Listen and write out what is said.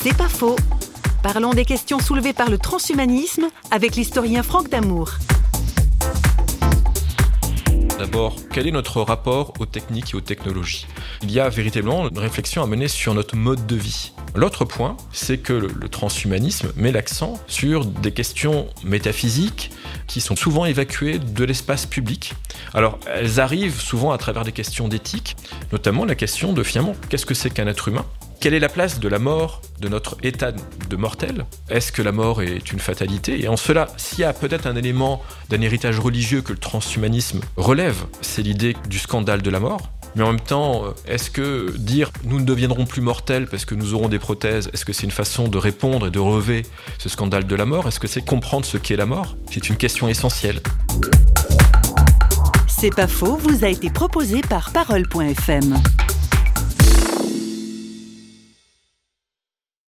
C'est pas faux. Parlons des questions soulevées par le transhumanisme avec l'historien Franck Damour. D'abord, quel est notre rapport aux techniques et aux technologies ? Il y a véritablement une réflexion à mener sur notre mode de vie. L'autre point, c'est que le transhumanisme met l'accent sur des questions métaphysiques qui sont souvent évacuées de l'espace public. Alors, elles arrivent souvent à travers des questions d'éthique, notamment la question de finalement, qu'est-ce que c'est qu'un être humain ? Quelle est la place de la mort, de notre état de mortel ? Est-ce que la mort est une fatalité ? Et en cela, s'il y a peut-être un élément d'un héritage religieux que le transhumanisme relève, c'est l'idée du scandale de la mort. Mais en même temps, est-ce que dire « nous ne deviendrons plus mortels parce que nous aurons des prothèses », est-ce que c'est une façon de répondre et de relever ce scandale de la mort ? Est-ce que c'est comprendre ce qu'est la mort ? C'est une question essentielle. C'est pas faux, vous a été proposé par Parole.fm.